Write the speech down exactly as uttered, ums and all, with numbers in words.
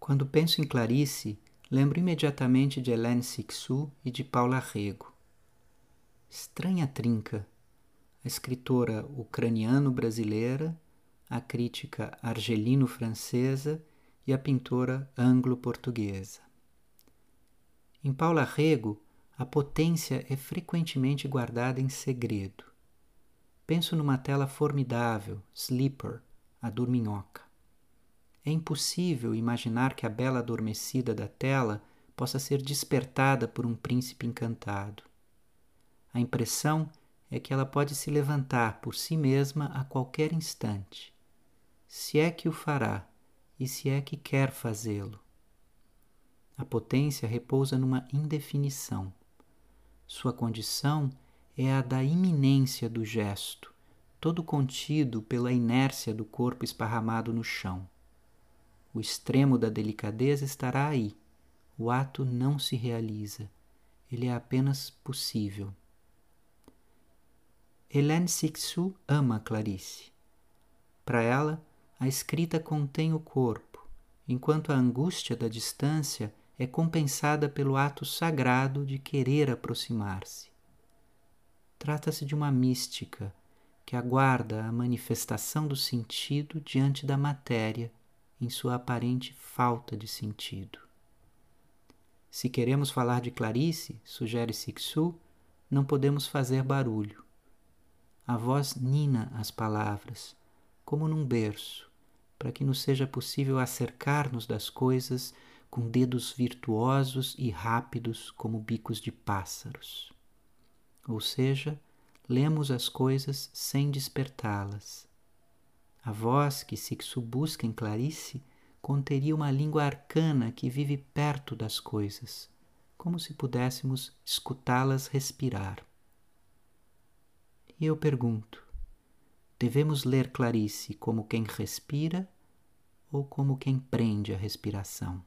Quando penso em Clarice, lembro imediatamente de Hélène Cixous e de Paula Rego. Estranha trinca, a escritora ucraniano-brasileira, a crítica argelino-francesa e a pintora anglo-portuguesa. Em Paula Rego, a potência é frequentemente guardada em segredo. Penso numa tela formidável, Sleeper, a dorminhoca. É impossível imaginar que a bela adormecida da tela possa ser despertada por um príncipe encantado. A impressão é que ela pode se levantar por si mesma a qualquer instante, se é que o fará e se é que quer fazê-lo. A potência repousa numa indefinição. Sua condição é a da iminência do gesto, todo contido pela inércia do corpo esparramado no chão. O extremo da delicadeza estará aí. O ato não se realiza. Ele é apenas possível. Hélène Cixous ama Clarice. Para ela, a escrita contém o corpo, enquanto a angústia da distância é compensada pelo ato sagrado de querer aproximar-se. Trata-se de uma mística que aguarda a manifestação do sentido diante da matéria em sua aparente falta de sentido. Se queremos falar de Clarice, sugere Cixous, não podemos fazer barulho. A voz nina as palavras, como num berço, para que nos seja possível acercar-nos das coisas com dedos virtuosos e rápidos como bicos de pássaros. Ou seja, lemos as coisas sem despertá-las. A voz que Cixous busca em Clarice conteria uma língua arcana que vive perto das coisas, como se pudéssemos escutá-las respirar. E eu pergunto, devemos ler Clarice como quem respira ou como quem prende a respiração?